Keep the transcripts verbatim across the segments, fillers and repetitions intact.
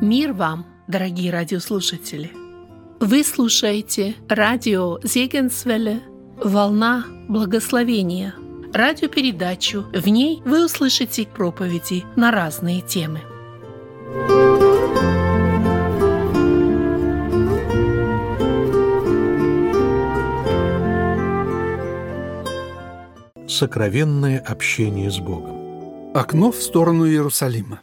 Мир вам, дорогие радиослушатели! Вы слушаете радио Зегенсвелле «Волна благословения», радиопередачу. В ней вы услышите проповеди на разные темы. Сокровенное общение с Богом. Окно в сторону Иерусалима.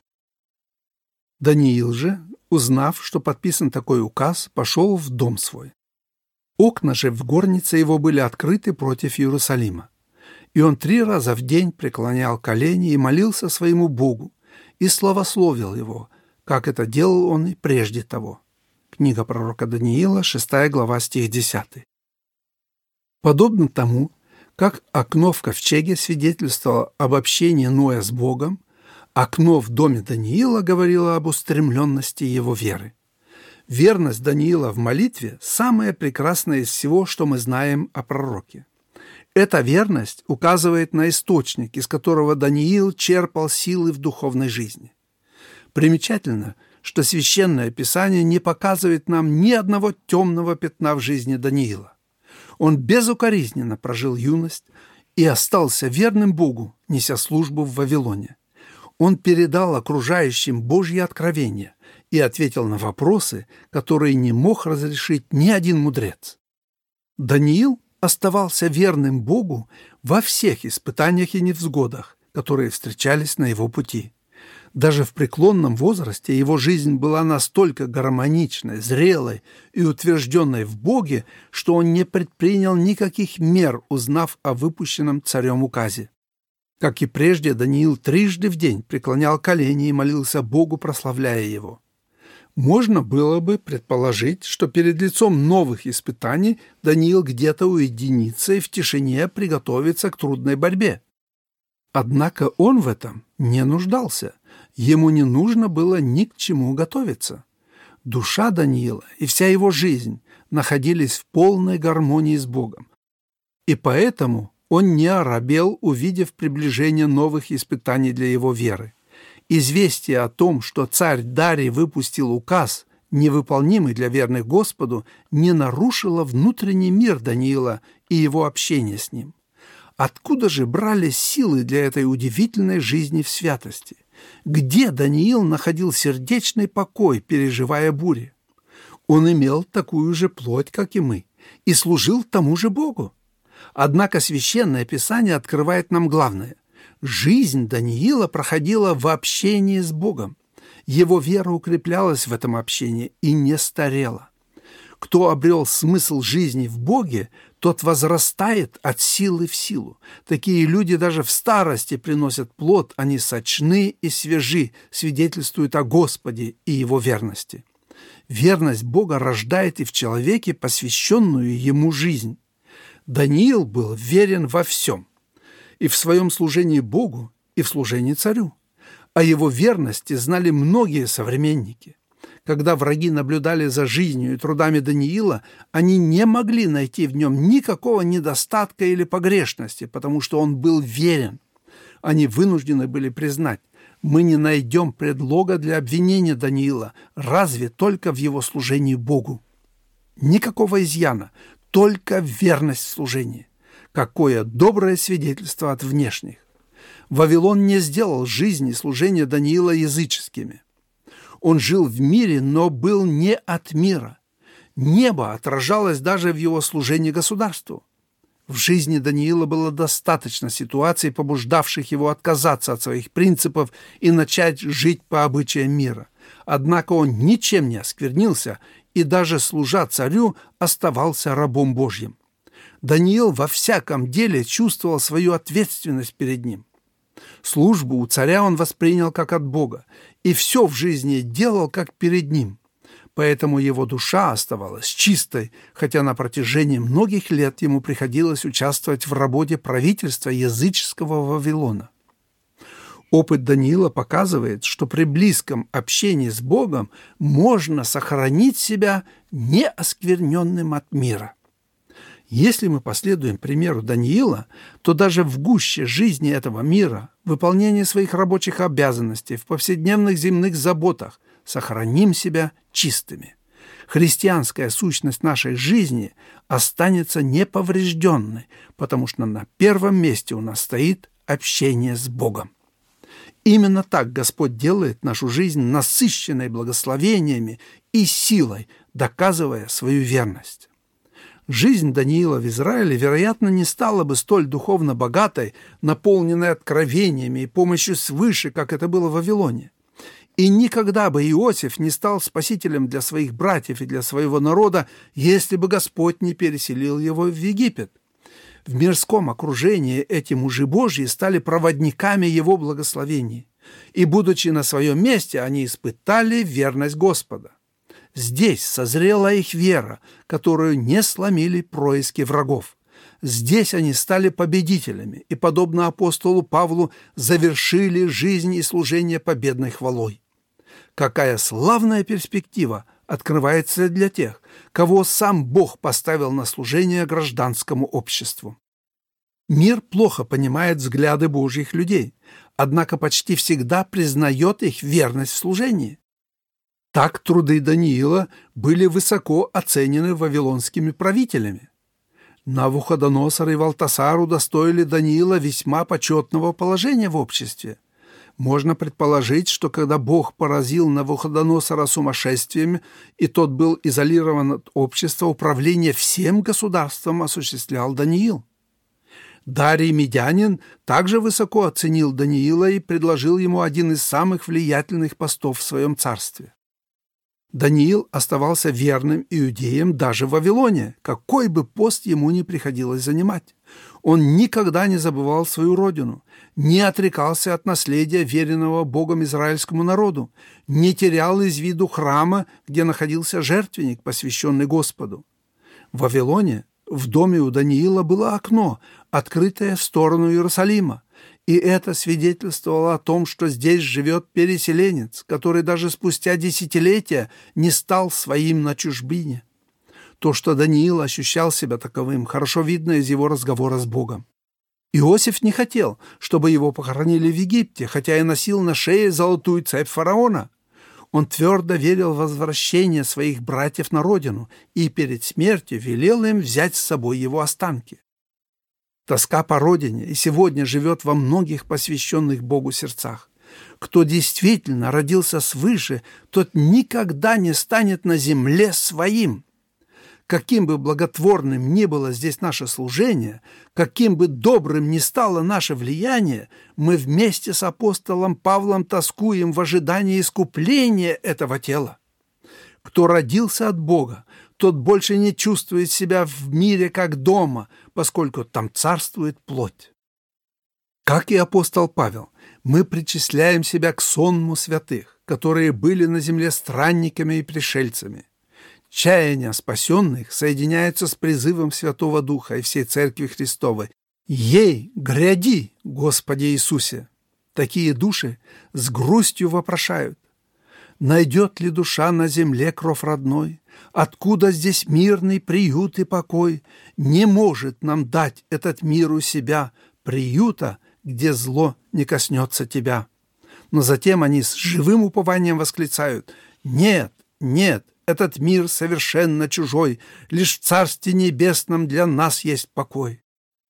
Даниил же, узнав, что подписан такой указ, пошел в дом свой. Окна же в горнице его были открыты против Иерусалима. И он три раза в день преклонял колени и молился своему Богу, и славословил его, как это делал он и прежде того. Книга пророка Даниила, шестая глава, стих десятый. Подобно тому, как окно в ковчеге свидетельствовало об общении Ноя с Богом, окно в доме Даниила говорило об устремленности его веры. Верность Даниила в молитве – самое прекрасное из всего, что мы знаем о пророке. Эта верность указывает на источник, из которого Даниил черпал силы в духовной жизни. Примечательно, что Священное Писание не показывает нам ни одного темного пятна в жизни Даниила. Он безукоризненно прожил юность и остался верным Богу, неся службу в Вавилоне. Он передал окружающим Божье откровение и ответил на вопросы, которые не мог разрешить ни один мудрец. Даниил оставался верным Богу во всех испытаниях и невзгодах, которые встречались на его пути. Даже в преклонном возрасте его жизнь была настолько гармоничной, зрелой и утвержденной в Боге, что он не предпринял никаких мер, узнав о выпущенном царем указе. Как и прежде, Даниил трижды в день преклонял колени и молился Богу, прославляя его. Можно было бы предположить, что перед лицом новых испытаний Даниил где-то уединится и в тишине приготовится к трудной борьбе. Однако он в этом не нуждался. Ему не нужно было ни к чему готовиться. Душа Даниила и вся его жизнь находились в полной гармонии с Богом. И поэтому он не оробел, увидев приближение новых испытаний для его веры. Известие о том, что царь Дарий выпустил указ, невыполнимый для верных Господу, не нарушило внутренний мир Даниила и его общение с ним. Откуда же брались силы для этой удивительной жизни в святости? Где Даниил находил сердечный покой, переживая бури? Он имел такую же плоть, как и мы, и служил тому же Богу. Однако Священное Писание открывает нам главное. Жизнь Даниила проходила в общении с Богом. Его вера укреплялась в этом общении и не старела. Кто обрел смысл жизни в Боге, тот возрастает от силы в силу. Такие люди даже в старости приносят плод, они сочны и свежи, свидетельствуют о Господе и Его верности. Верность Бога рождает и в человеке посвященную Ему жизнь. Даниил был верен во всем, и в своем служении Богу, и в служении царю. О его верности знали многие современники. Когда враги наблюдали за жизнью и трудами Даниила, они не могли найти в нем никакого недостатка или погрешности, потому что он был верен. Они вынуждены были признать: мы не найдем предлога для обвинения Даниила, разве только в его служении Богу. Никакого изъяна, только верность в служении. Какое доброе свидетельство от внешних! Вавилон не сделал жизнь и служение Даниила языческими. Он жил в мире, но был не от мира. Небо отражалось даже в его служении государству. В жизни Даниила было достаточно ситуаций, побуждавших его отказаться от своих принципов и начать жить по обычаям мира. Однако он ничем не осквернился и даже, служа царю, оставался рабом Божьим. Даниил во всяком деле чувствовал свою ответственность перед ним. Службу у царя он воспринял как от Бога, и все в жизни делал как перед ним. Поэтому его душа оставалась чистой, хотя на протяжении многих лет ему приходилось участвовать в работе правительства языческого Вавилона. Опыт Даниила показывает, что при близком общении с Богом можно сохранить себя неоскверненным от мира. Если мы последуем примеру Даниила, то даже в гуще жизни этого мира, выполнении своих рабочих обязанностей, в повседневных земных заботах, сохраним себя чистыми. Христианская сущность нашей жизни останется неповрежденной, потому что на первом месте у нас стоит общение с Богом. Именно так Господь делает нашу жизнь насыщенной благословениями и силой, доказывая свою верность. Жизнь Даниила в Израиле, вероятно, не стала бы столь духовно богатой, наполненной откровениями и помощью свыше, как это было в Вавилоне. И никогда бы Иосиф не стал спасителем для своих братьев и для своего народа, если бы Господь не переселил его в Египет. В мирском окружении эти мужи Божьи стали проводниками его благословений, и, будучи на своем месте, они испытали верность Господа. Здесь созрела их вера, которую не сломили происки врагов. Здесь они стали победителями и, подобно апостолу Павлу, завершили жизнь и служение победной хвалой. Какая славная перспектива открывается для тех, кого сам Бог поставил на служение гражданскому обществу. Мир плохо понимает взгляды Божьих людей, однако почти всегда признает их верность в служении. Так труды Даниила были высоко оценены вавилонскими правителями. Навуходоносор и Валтасар удостоили Даниила весьма почетного положения в обществе. Можно предположить, что когда Бог поразил Навуходоносора сумасшествием, и тот был изолирован от общества, управление всем государством осуществлял Даниил. Дарий Медянин также высоко оценил Даниила и предложил ему один из самых влиятельных постов в своем царстве. Даниил оставался верным иудеем даже в Вавилоне, какой бы пост ему ни приходилось занимать. Он никогда не забывал свою родину, не отрекался от наследия, веренного Богом израильскому народу, не терял из виду храма, где находился жертвенник, посвященный Господу. В Вавилоне в доме у Даниила было окно, открытое в сторону Иерусалима, и это свидетельствовало о том, что здесь живет переселенец, который даже спустя десятилетия не стал своим на чужбине. То, что Даниил ощущал себя таковым, хорошо видно из его разговора с Богом. Иосиф не хотел, чтобы его похоронили в Египте, хотя и носил на шее золотую цепь фараона. Он твердо верил в возвращение своих братьев на родину и перед смертью велел им взять с собой его останки. Тоска по родине и сегодня живет во многих посвященных Богу сердцах. Кто действительно родился свыше, тот никогда не станет на земле своим. Каким бы благотворным ни было здесь наше служение, каким бы добрым ни стало наше влияние, мы вместе с апостолом Павлом тоскуем в ожидании искупления этого тела. Кто родился от Бога, тот больше не чувствует себя в мире как дома, поскольку там царствует плоть. Как и апостол Павел, мы причисляем себя к сонму святых, которые были на земле странниками и пришельцами. Чаяния спасенных соединяются с призывом Святого Духа и всей Церкви Христовой. «Ей, гряди, Господи Иисусе!» Такие души с грустью вопрошают: «Найдет ли душа на земле кров родной? Откуда здесь мирный приют и покой? Не может нам дать этот мир у себя, приюта, где зло не коснется тебя». Но затем они с живым упованием восклицают: «Нет, нет, этот мир совершенно чужой, лишь в Царстве Небесном для нас есть покой».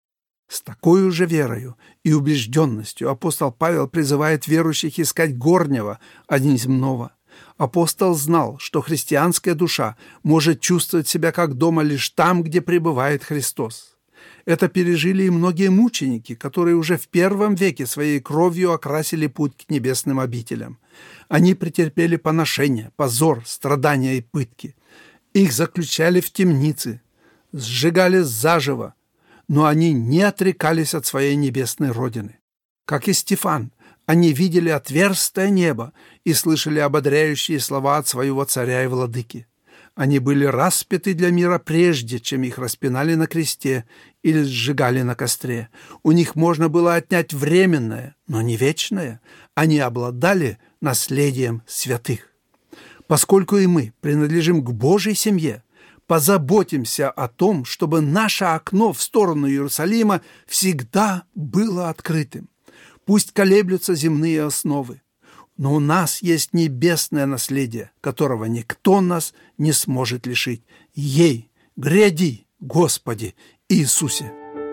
С такой же верою и убежденностью апостол Павел призывает верующих искать горнего, а не земного. Апостол знал, что христианская душа может чувствовать себя как дома лишь там, где пребывает Христос. Это пережили и многие мученики, которые уже в первом веке своей кровью окрасили путь к небесным обителям. Они претерпели поношение, позор, страдания и пытки. Их заключали в темницы, сжигали заживо, но они не отрекались от своей небесной родины. Как и Стефан, они видели отверстое небо и слышали ободряющие слова от своего царя и владыки. Они были распяты для мира прежде, чем их распинали на кресте или сжигали на костре. У них можно было отнять временное, но не вечное. Они обладали наследием святых. Поскольку и мы принадлежим к Божьей семье, позаботимся о том, чтобы наше окно в сторону Иерусалима всегда было открытым. Пусть колеблются земные основы. но у нас есть небесное наследие, которого никто нас не сможет лишить. Ей гряди, Господи Иисусе!»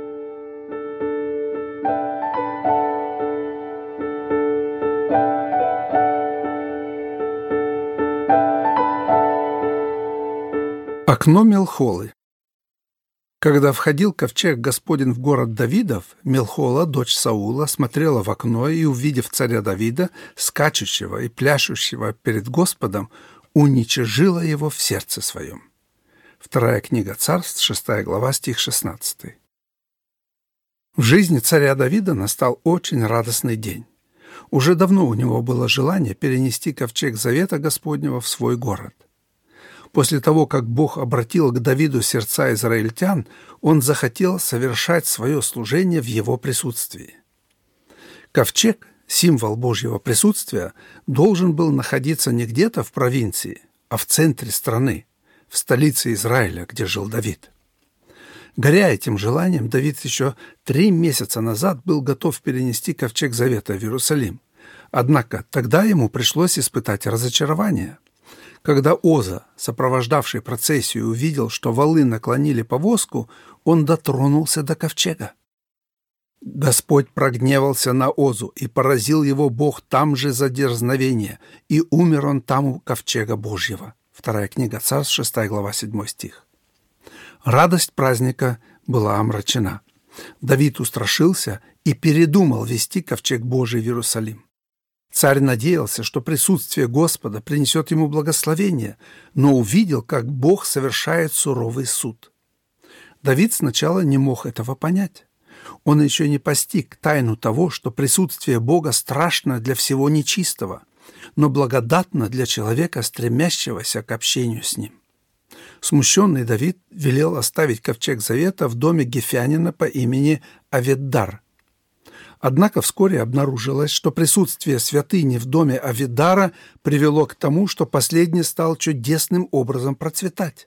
Окно Мелхолы. Когда входил ковчег Господень в город Давидов, Мелхола, дочь Саула, смотрела в окно и, увидев царя Давида, скачущего и пляшущего перед Господом, уничижила его в сердце своем. Вторая книга Царств, шестая глава, стих шестнадцатый. В жизни царя Давида настал очень радостный день. Уже давно у него было желание перенести ковчег Завета Господнего в свой город. После того, как Бог обратил к Давиду сердца израильтян, он захотел совершать свое служение в его присутствии. Ковчег, символ Божьего присутствия, должен был находиться не где-то в провинции, а в центре страны, в столице Израиля, где жил Давид. Горя этим желанием, Давид еще три месяца назад был готов перенести ковчег Завета в Иерусалим. Однако тогда ему пришлось испытать разочарование. Когда Оза, сопровождавший процессию, увидел, что валы наклонили повозку, он дотронулся до ковчега. Господь прогневался на Озу, и поразил его Бог там же за дерзновение, и умер он там у ковчега Божьего. Вторая книга Царств, шестая глава, седьмой стих. Радость праздника была омрачена. Давид устрашился и передумал вести ковчег Божий в Иерусалим. Царь надеялся, что присутствие Господа принесет ему благословение, но увидел, как Бог совершает суровый суд. Давид сначала не мог этого понять. Он еще не постиг тайну того, что присутствие Бога страшно для всего нечистого, но благодатно для человека, стремящегося к общению с Ним. Смущенный Давид велел оставить ковчег Завета в доме гефянина по имени Авиддар. Однако вскоре обнаружилось, что присутствие святыни в доме Авидара привело к тому, что последний стал чудесным образом процветать.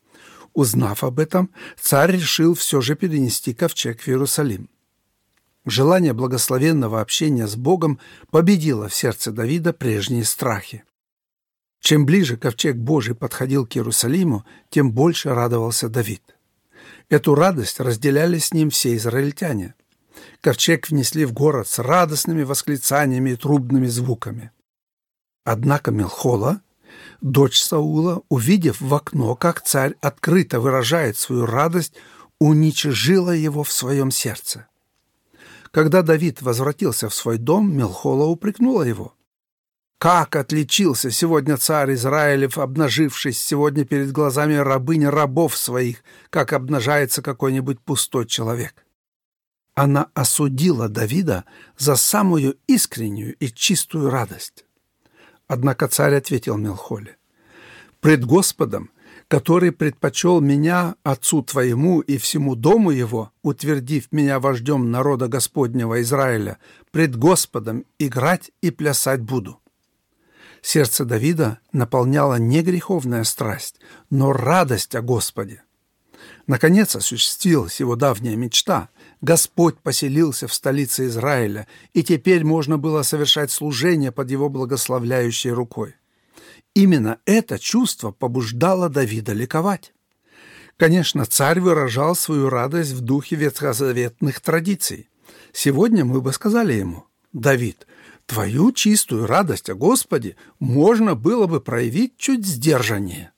Узнав об этом, царь решил все же перенести ковчег в Иерусалим. Желание благословенного общения с Богом победило в сердце Давида прежние страхи. Чем ближе ковчег Божий подходил к Иерусалиму, тем больше радовался Давид. Эту радость разделяли с ним все израильтяне. Ковчег внесли в город с радостными восклицаниями и трубными звуками. Однако Мелхола, дочь Саула, увидев в окно, как царь открыто выражает свою радость, уничижила его в своем сердце. Когда Давид возвратился в свой дом, Мелхола упрекнула его. «Как отличился сегодня царь Израилев, обнажившись сегодня перед глазами рабыни рабов своих, как обнажается какой-нибудь пустой человек!» Она осудила Давида за самую искреннюю и чистую радость. Однако царь ответил Мелхоле: «Пред Господом, который предпочел меня отцу твоему и всему дому его, утвердив меня вождем народа Господнего Израиля, пред Господом играть и плясать буду». Сердце Давида наполняла не греховная страсть, но радость о Господе. Наконец осуществилась его давняя мечта. Господь поселился в столице Израиля, и теперь можно было совершать служение под его благословляющей рукой. Именно это чувство побуждало Давида ликовать. Конечно, царь выражал свою радость в духе ветхозаветных традиций. Сегодня мы бы сказали ему: «Давид, твою чистую радость о Господе можно было бы проявить чуть сдержаннее».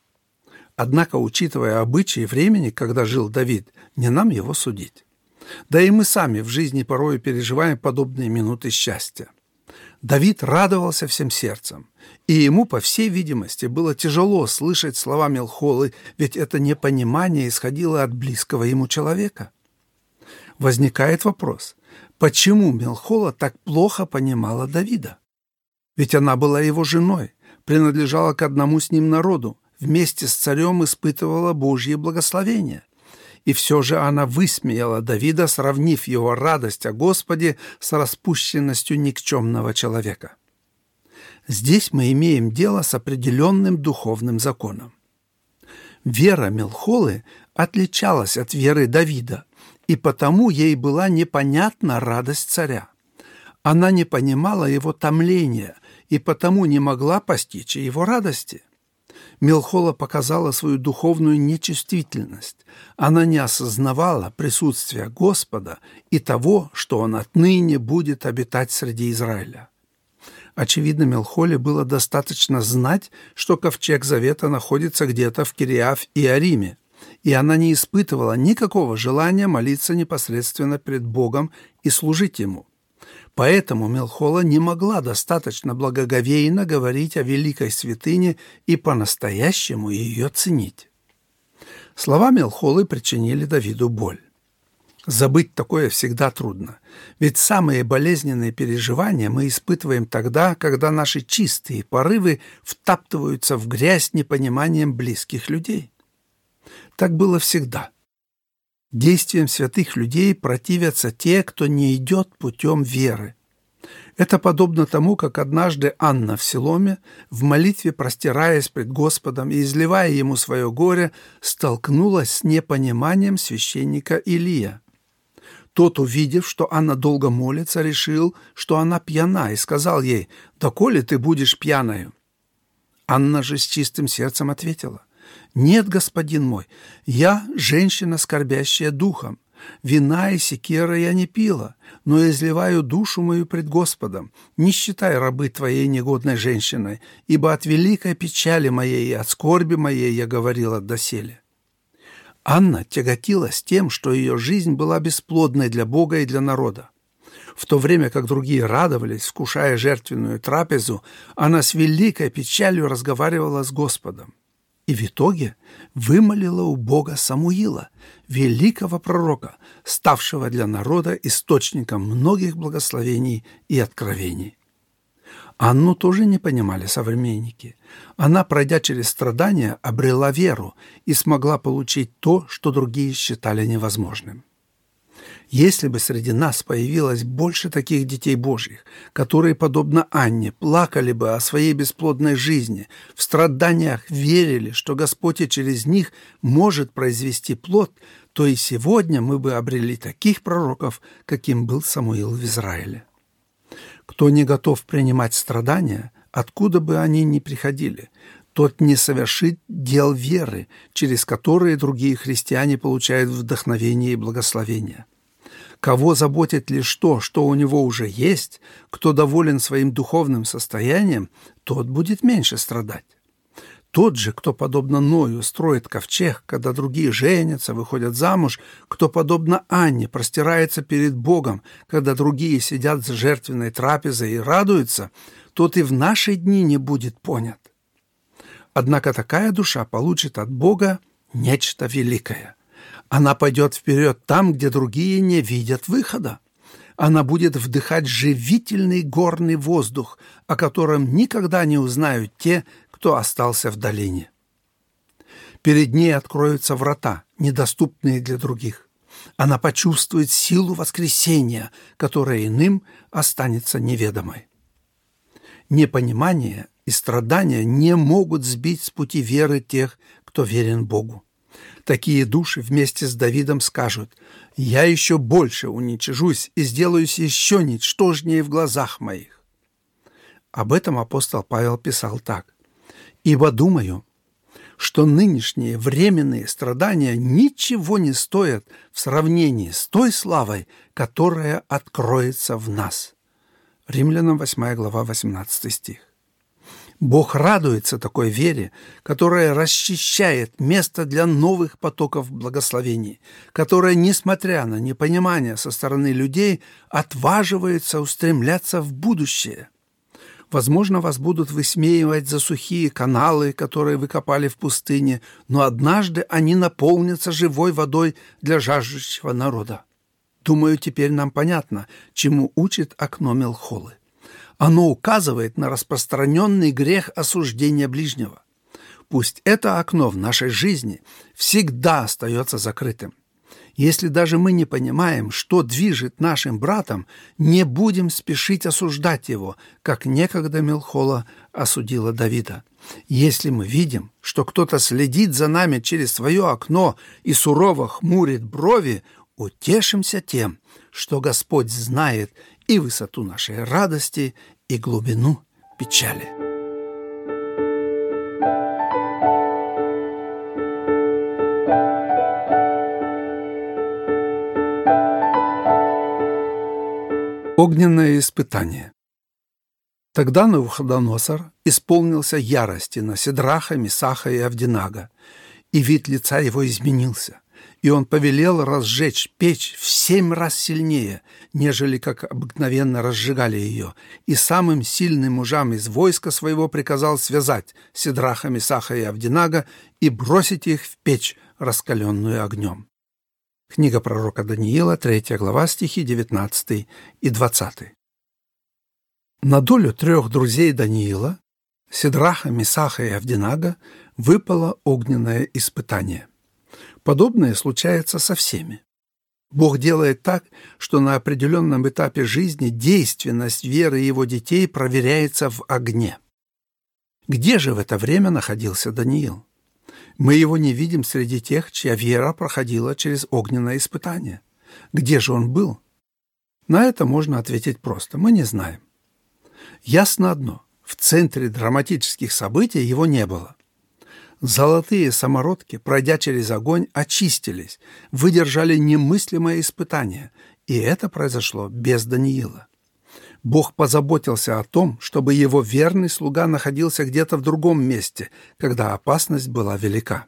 Однако, учитывая обычаи времени, когда жил Давид, не нам его судить. Да и мы сами в жизни порой переживаем подобные минуты счастья. Давид радовался всем сердцем, и ему, по всей видимости, было тяжело слышать слова Мелхолы, ведь это непонимание исходило от близкого ему человека. Возникает вопрос, почему Мелхола так плохо понимала Давида? Ведь она была его женой, принадлежала к одному с ним народу, вместе с царем испытывала Божье благословение. И все же она высмеяла Давида, сравнив его радость о Господе с распущенностью никчемного человека. Здесь мы имеем дело с определенным духовным законом. Вера Мелхолы отличалась от веры Давида, и потому ей была непонятна радость царя. Она не понимала его томления, и потому не могла постичь его радости. Мелхола показала свою духовную нечувствительность. Она не осознавала присутствия Господа и того, что Он отныне будет обитать среди Израиля. Очевидно, Мелхоле было достаточно знать, что ковчег Завета находится где-то в Кириаф-Иариме, и она не испытывала никакого желания молиться непосредственно перед Богом и служить Ему. Поэтому Мелхола не могла достаточно благоговейно говорить о великой святыне и по-настоящему ее ценить. Слова Мелхолы причинили Давиду боль. Забыть такое всегда трудно, ведь самые болезненные переживания мы испытываем тогда, когда наши чистые порывы втаптываются в грязь непониманием близких людей. Так было всегда. Действиям святых людей противятся те, кто не идет путем веры. Это подобно тому, как однажды Анна в Силоме, в молитве простираясь пред Господом и изливая Ему свое горе, столкнулась с непониманием священника Илия. Тот, увидев, что Анна долго молится, решил, что она пьяна, и сказал ей: «Доколе ты будешь пьяною?» Анна же с чистым сердцем ответила: «Нет, господин мой, я женщина, скорбящая духом. Вина и секера я не пила, но изливаю душу мою пред Господом. Не считай рабы твоей негодной женщиной, ибо от великой печали моей и от скорби моей я говорила доселе». Анна тяготилась тем, что ее жизнь была бесплодной для Бога и для народа. В то время как другие радовались, вкушая жертвенную трапезу, она с великой печалью разговаривала с Господом. И в итоге вымолила у Бога Самуила, великого пророка, ставшего для народа источником многих благословений и откровений. Анну тоже не понимали современники. Она, пройдя через страдания, обрела веру и смогла получить то, что другие считали невозможным. Если бы среди нас появилось больше таких детей Божьих, которые, подобно Анне, плакали бы о своей бесплодной жизни, в страданиях верили, что Господь и через них может произвести плод, то и сегодня мы бы обрели таких пророков, каким был Самуил в Израиле. Кто не готов принимать страдания, откуда бы они ни приходили, тот не совершит дел веры, через которые другие христиане получают вдохновение и благословение. Кого заботит лишь то, что у него уже есть, кто доволен своим духовным состоянием, тот будет меньше страдать. Тот же, кто, подобно Ною, строит ковчег, когда другие женятся, выходят замуж, кто, подобно Анне, простирается перед Богом, когда другие сидят за жертвенной трапезой и радуются, тот и в наши дни не будет понят. Однако такая душа получит от Бога нечто великое. Она пойдет вперед там, где другие не видят выхода. Она будет вдыхать живительный горный воздух, о котором никогда не узнают те, кто остался в долине. Перед ней откроются врата, недоступные для других. Она почувствует силу воскресения, которая иным останется неведомой. Непонимание и страдания не могут сбить с пути веры тех, кто верен Богу. Такие души вместе с Давидом скажут: «Я еще больше уничижусь и сделаюсь еще ничтожнее в глазах моих». Об этом апостол Павел писал так: «Ибо думаю, что нынешние временные страдания ничего не стоят в сравнении с той славой, которая откроется в нас». Римлянам восьмая глава, восемнадцатый стих. Бог радуется такой вере, которая расчищает место для новых потоков благословений, которая, несмотря на непонимание со стороны людей, отваживается устремляться в будущее. Возможно, вас будут высмеивать за сухие каналы, которые вы копали в пустыне, но однажды они наполнятся живой водой для жаждущего народа. Думаю, теперь нам понятно, чему учит окно Мелхолы. Оно указывает на распространенный грех осуждения ближнего. Пусть это окно в нашей жизни всегда остается закрытым. Если даже мы не понимаем, что движет нашим братом, не будем спешить осуждать его, как некогда Мелхола осудила Давида. Если мы видим, что кто-то следит за нами через свое окно и сурово хмурит брови, утешимся тем, что Господь знает и высоту нашей радости, и глубину печали. Огненное испытание. Тогда Навуходоносор исполнился ярости на Сидраха, Месаха и Авдинага, и вид лица его изменился, и он повелел разжечь печь в семь раз сильнее, нежели как обыкновенно разжигали ее, и самым сильным мужам из войска своего приказал связать Сидраха, Месаха и Авдинага и бросить их в печь, раскаленную огнем. Книга пророка Даниила, третья глава, стихи девятнадцатый и двадцатый. На долю трех друзей Даниила, Сидраха, Месаха и Авдинага, выпало огненное испытание. Подобное случается со всеми. Бог делает так, что на определенном этапе жизни действенность веры его детей проверяется в огне. Где же в это время находился Даниил? Мы его не видим среди тех, чья вера проходила через огненное испытание. Где же он был? На это можно ответить просто. Мы не знаем. Ясно одно. В центре драматических событий его не было. Золотые самородки, пройдя через огонь, очистились, выдержали немыслимое испытание, и это произошло без Даниила. Бог позаботился о том, чтобы его верный слуга находился где-то в другом месте, когда опасность была велика.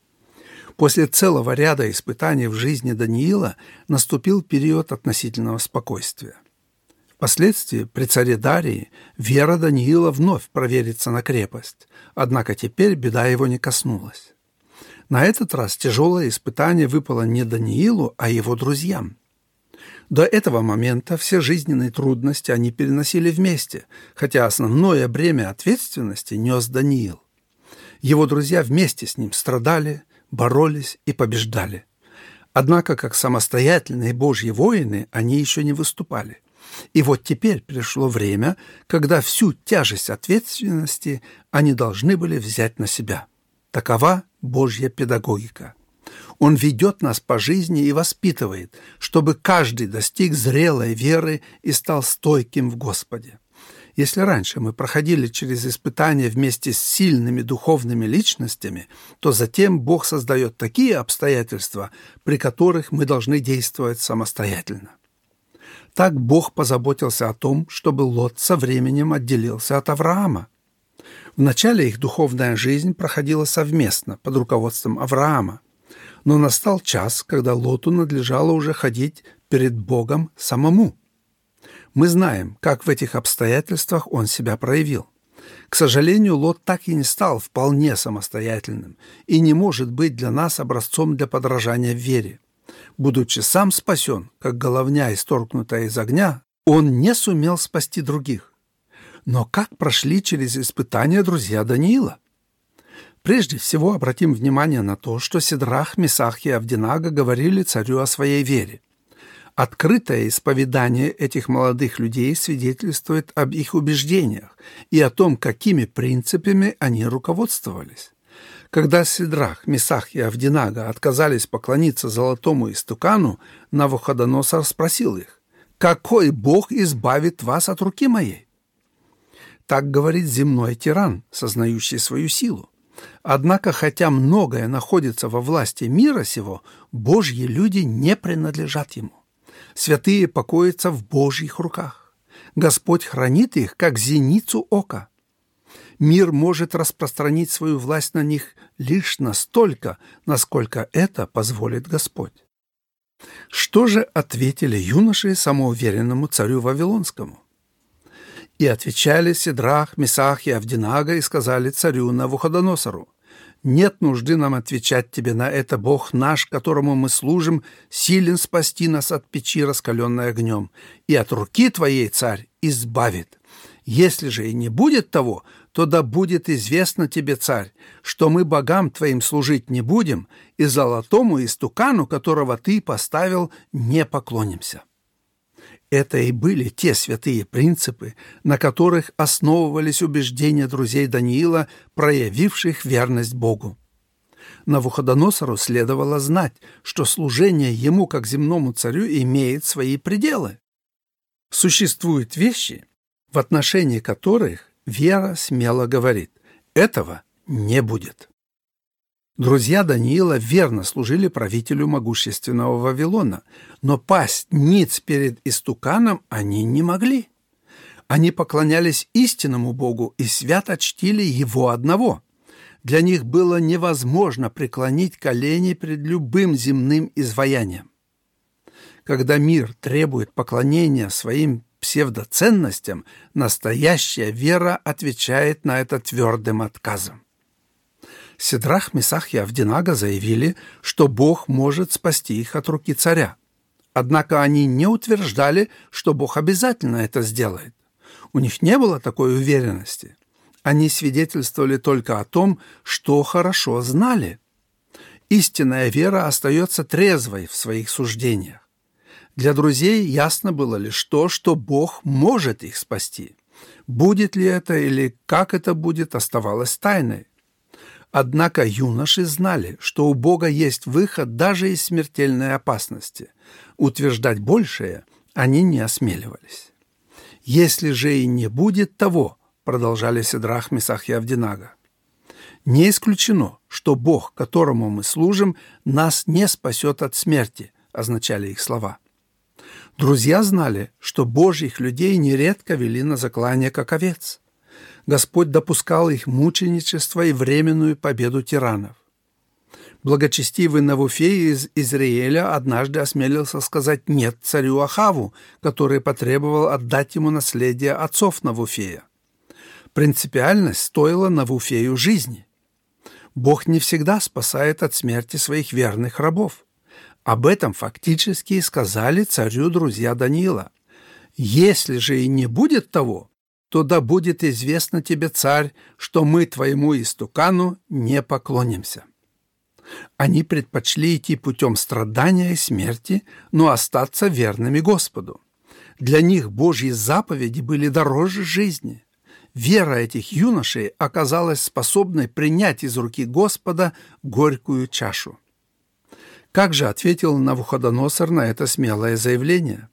После целого ряда испытаний в жизни Даниила наступил период относительного спокойствия. Впоследствии, при царе Дарии, вера Даниила вновь проверится на крепость, однако теперь беда его не коснулась. На этот раз тяжелое испытание выпало не Даниилу, а его друзьям. До этого момента все жизненные трудности они переносили вместе, хотя основное бремя ответственности нес Даниил. Его друзья вместе с ним страдали, боролись и побеждали. Однако, как самостоятельные Божьи воины, они еще не выступали. И вот теперь пришло время, когда всю тяжесть ответственности они должны были взять на себя. Такова Божья педагогика. Он ведет нас по жизни и воспитывает, чтобы каждый достиг зрелой веры и стал стойким в Господе. Если раньше мы проходили через испытания вместе с сильными духовными личностями, то затем Бог создает такие обстоятельства, при которых мы должны действовать самостоятельно. Так Бог позаботился о том, чтобы Лот со временем отделился от Авраама. Вначале их духовная жизнь проходила совместно, под руководством Авраама. Но настал час, когда Лоту надлежало уже ходить перед Богом самому. Мы знаем, как в этих обстоятельствах он себя проявил. К сожалению, Лот так и не стал вполне самостоятельным и не может быть для нас образцом для подражания в вере. Будучи сам спасен, как головня, исторгнутая из огня, он не сумел спасти других. Но как прошли через испытания друзья Даниила? Прежде всего обратим внимание на то, что Сидрах, Месах и Авдинага говорили царю о своей вере. Открытое исповедание этих молодых людей свидетельствует об их убеждениях и о том, какими принципами они руководствовались. Когда Сидрах, Месах и Авдинага отказались поклониться золотому истукану, Навуходоносор спросил их: «Какой Бог избавит вас от руки моей?» Так говорит земной тиран, сознающий свою силу. Однако, хотя многое находится во власти мира сего, Божьи люди не принадлежат ему. Святые покоятся в Божьих руках. Господь хранит их, как зеницу ока. Мир может распространить свою власть на них лишь настолько, насколько это позволит Господь. Что же ответили юноши самоуверенному царю Вавилонскому? И отвечали Сидрах, Месах и Авдинага и сказали царю Навуходоносору: «Нет нужды нам отвечать тебе на это. Бог наш, которому мы служим, силен спасти нас от печи, раскаленной огнем, и от руки твоей, царь, избавит. Если же и не будет того, то да будет известно тебе, царь, что мы богам твоим служить не будем, и золотому истукану, которого ты поставил, не поклонимся». Это и были те святые принципы, на которых основывались убеждения друзей Даниила, проявивших верность Богу. Навуходоносору следовало знать, что служение ему, как земному царю, имеет свои пределы. Существуют вещи, в отношении которых вера смело говорит: этого не будет. Друзья Даниила верно служили правителю могущественного Вавилона, но пасть ниц перед истуканом они не могли. Они поклонялись истинному Богу и свято чтили Его одного. Для них было невозможно преклонить колени перед любым земным изваянием. Когда мир требует поклонения своим псевдоценностям, настоящая вера отвечает на это твердым отказом. Сидрах, Месах и Авденаго заявили, что Бог может спасти их от руки царя. Однако они не утверждали, что Бог обязательно это сделает. У них не было такой уверенности. Они свидетельствовали только о том, что хорошо знали. Истинная вера остается трезвой в своих суждениях. Для друзей ясно было лишь то, что Бог может их спасти. Будет ли это или как это будет, оставалось тайной. Однако юноши знали, что у Бога есть выход даже из смертельной опасности. Утверждать большее они не осмеливались. «Если же и не будет того», — продолжали Сидрах, Месах и Авденаго, «не исключено, что Бог, которому мы служим, нас не спасет от смерти», — означали их слова. Друзья знали, что Божьих людей нередко вели на заклание как овец. Господь допускал их мученичество и временную победу тиранов. Благочестивый Навуфей из Израиля однажды осмелился сказать «нет» царю Ахаву, который потребовал отдать ему наследие отцов Навуфея. Принципиальность стоила Навуфею жизни. Бог не всегда спасает от смерти своих верных рабов. Об этом фактически и сказали царю друзья Даниила. «Если же и не будет того, то да будет известно тебе, царь, что мы твоему истукану не поклонимся». Они предпочли идти путем страдания и смерти, но остаться верными Господу. Для них Божьи заповеди были дороже жизни. Вера этих юношей оказалась способной принять из руки Господа горькую чашу. Как же ответил Навуходоносор на это смелое заявление?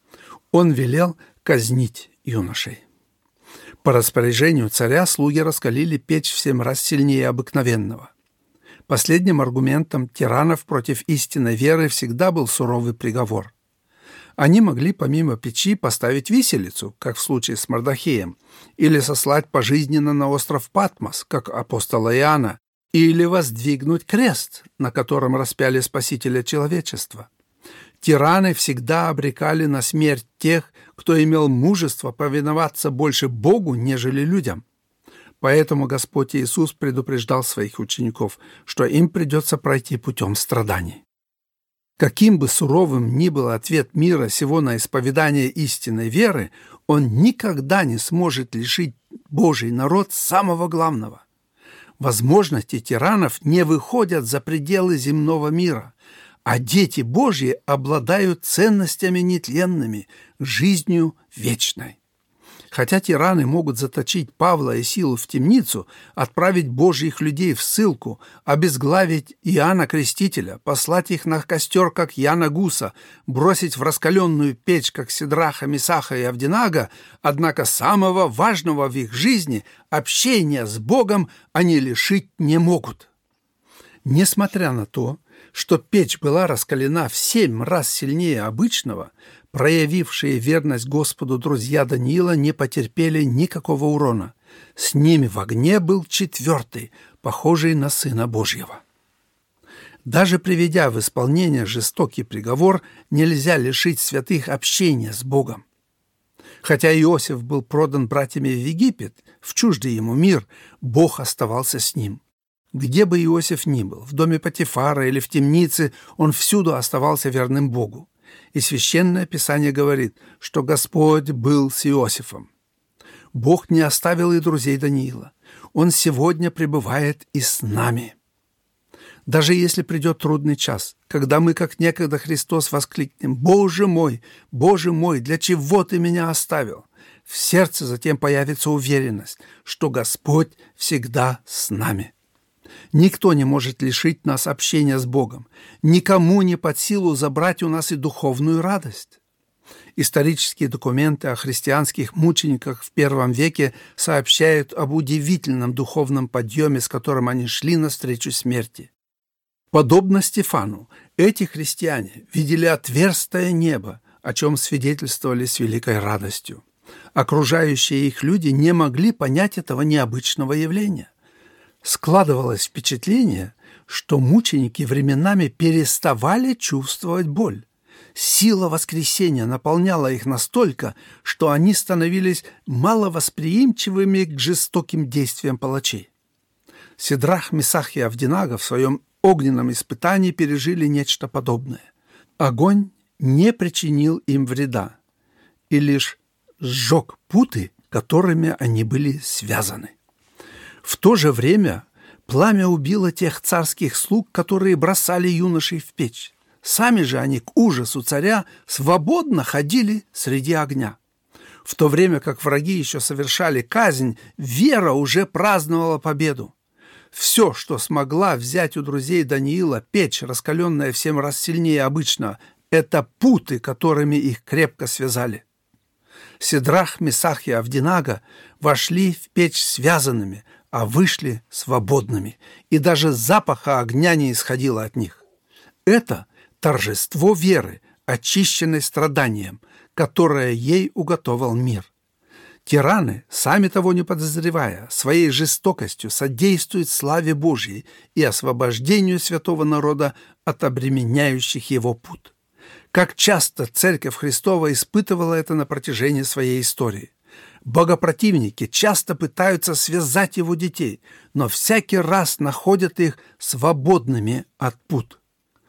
Он велел казнить юношей. По распоряжению царя слуги раскалили печь в семь раз сильнее обыкновенного. Последним аргументом тиранов против истинной веры всегда был суровый приговор. Они могли помимо печи поставить виселицу, как в случае с Мордохеем, или сослать пожизненно на остров Патмос, как апостола Иоанна, или воздвигнуть крест, на котором распяли Спасителя человечества. Тираны всегда обрекали на смерть тех, кто имел мужество повиноваться больше Богу, нежели людям. Поэтому Господь Иисус предупреждал своих учеников, что им придется пройти путем страданий. Каким бы суровым ни был ответ мира сего на исповедание истинной веры, он никогда не сможет лишить Божий народ самого главного. Возможности тиранов не выходят за пределы земного мира, а дети Божьи обладают ценностями нетленными, жизнью вечной. Хотя тираны могут заточить Павла и Силу в темницу, отправить Божьих людей в ссылку, обезглавить Иоанна Крестителя, послать их на костер, как Яна Гуса, бросить в раскаленную печь, как Сидраха, Месаха и Авденаго, однако самого важного в их жизни, общения с Богом, они лишить не могут. Несмотря на то, что печь была раскалена в семь раз сильнее обычного, проявившие верность Господу друзья Даниила не потерпели никакого урона. С ними в огне был четвертый, похожий на Сына Божьего. Даже приведя в исполнение жестокий приговор, нельзя лишить святых общения с Богом. Хотя Иосиф был продан братьями в Египет, в чуждый ему мир, Бог оставался с ним. Где бы Иосиф ни был, в доме Потифара или в темнице, он всюду оставался верным Богу. И Священное Писание говорит, что Господь был с Иосифом. Бог не оставил и друзей Даниила. Он сегодня пребывает и с нами. Даже если придет трудный час, когда мы, как некогда Христос, воскликнем: «Боже мой, Боже мой, для чего Ты меня оставил?» В сердце затем появится уверенность, что Господь всегда с нами. Никто не может лишить нас общения с Богом. Никому не под силу забрать у нас и духовную радость. Исторические документы о христианских мучениках в первом веке сообщают об удивительном духовном подъеме, с которым они шли навстречу смерти. Подобно Стефану, эти христиане видели отверстое небо, о чем свидетельствовали с великой радостью. Окружающие их люди не могли понять этого необычного явления. Складывалось впечатление, что мученики временами переставали чувствовать боль. Сила воскресения наполняла их настолько, что они становились маловосприимчивыми к жестоким действиям палачей. Сидрах, Месах и Авденаго в своем огненном испытании пережили нечто подобное. Огонь не причинил им вреда и лишь сжег путы, которыми они были связаны. В то же время пламя убило тех царских слуг, которые бросали юношей в печь. Сами же они к ужасу царя свободно ходили среди огня. В то время как враги еще совершали казнь, вера уже праздновала победу. Все, что смогла взять у друзей Даниила печь, раскаленная в семь раз сильнее обычного, это путы, которыми их крепко связали. Сидрах, Месах и Авденаго вошли в печь связанными, а вышли свободными, и даже запаха огня не исходило от них. Это торжество веры, очищенной страданием, которое ей уготовал мир. Тираны, сами того не подозревая, своей жестокостью содействуют славе Божьей и освобождению святого народа от обременяющих его пут. Как часто Церковь Христова испытывала это на протяжении своей истории. Богопротивники часто пытаются связать его детей, но всякий раз находят их свободными от пут.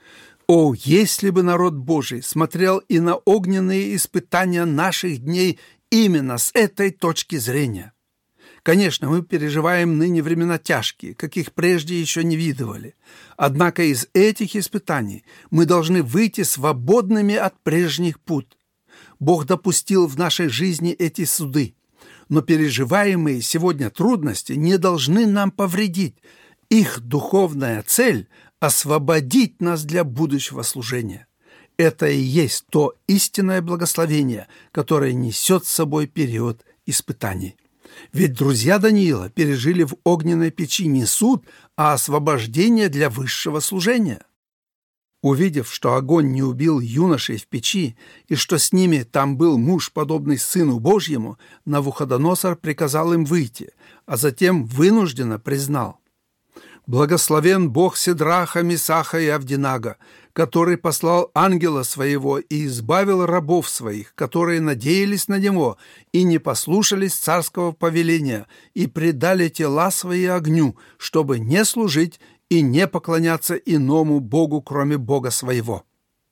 О, если бы народ Божий смотрел и на огненные испытания наших дней именно с этой точки зрения! Конечно, мы переживаем ныне времена тяжкие, каких прежде еще не видывали. Однако из этих испытаний мы должны выйти свободными от прежних пут. Бог допустил в нашей жизни эти суды, но переживаемые сегодня трудности не должны нам повредить. Их духовная цель – освободить нас для будущего служения. Это и есть то истинное благословение, которое несет с собой период испытаний. Ведь друзья Даниила пережили в огненной печи не суд, а освобождение для высшего служения. Увидев, что огонь не убил юношей в печи, и что с ними там был муж, подобный Сыну Божьему, Навуходоносор приказал им выйти, а затем вынужденно признал: «Благословен Бог Сидраха, Месаха и Авденаго, который послал ангела своего и избавил рабов своих, которые надеялись на него и не послушались царского повеления и предали тела свои огню, чтобы не служить и не поклоняться иному Богу, кроме Бога своего».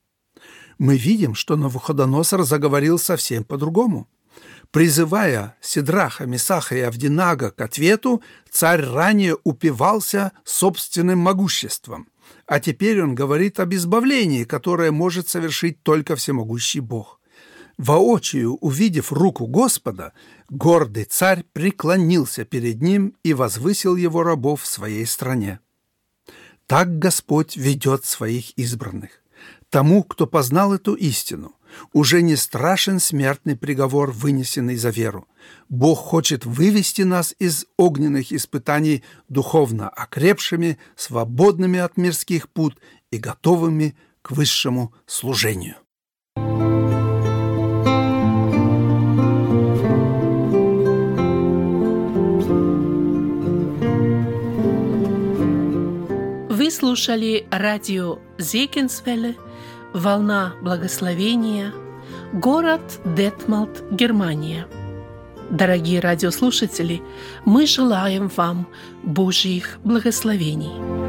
Мы видим, что Навуходоносор заговорил совсем по-другому. Призывая Сидраха, Месаха и Авденаго к ответу, царь ранее упивался собственным могуществом, а теперь он говорит об избавлении, которое может совершить только всемогущий Бог. Воочию увидев руку Господа, гордый царь преклонился перед ним и возвысил его рабов в своей стране. Так Господь ведет своих избранных. Тому, кто познал эту истину, уже не страшен смертный приговор, вынесенный за веру. Бог хочет вывести нас из огненных испытаний духовно окрепшими, свободными от мирских пут и готовыми к высшему служению. Вы слушали радио Зегенсвелле, «Волна благословения», город Детмалт, Германия. Дорогие радиослушатели, мы желаем вам Божьих благословений.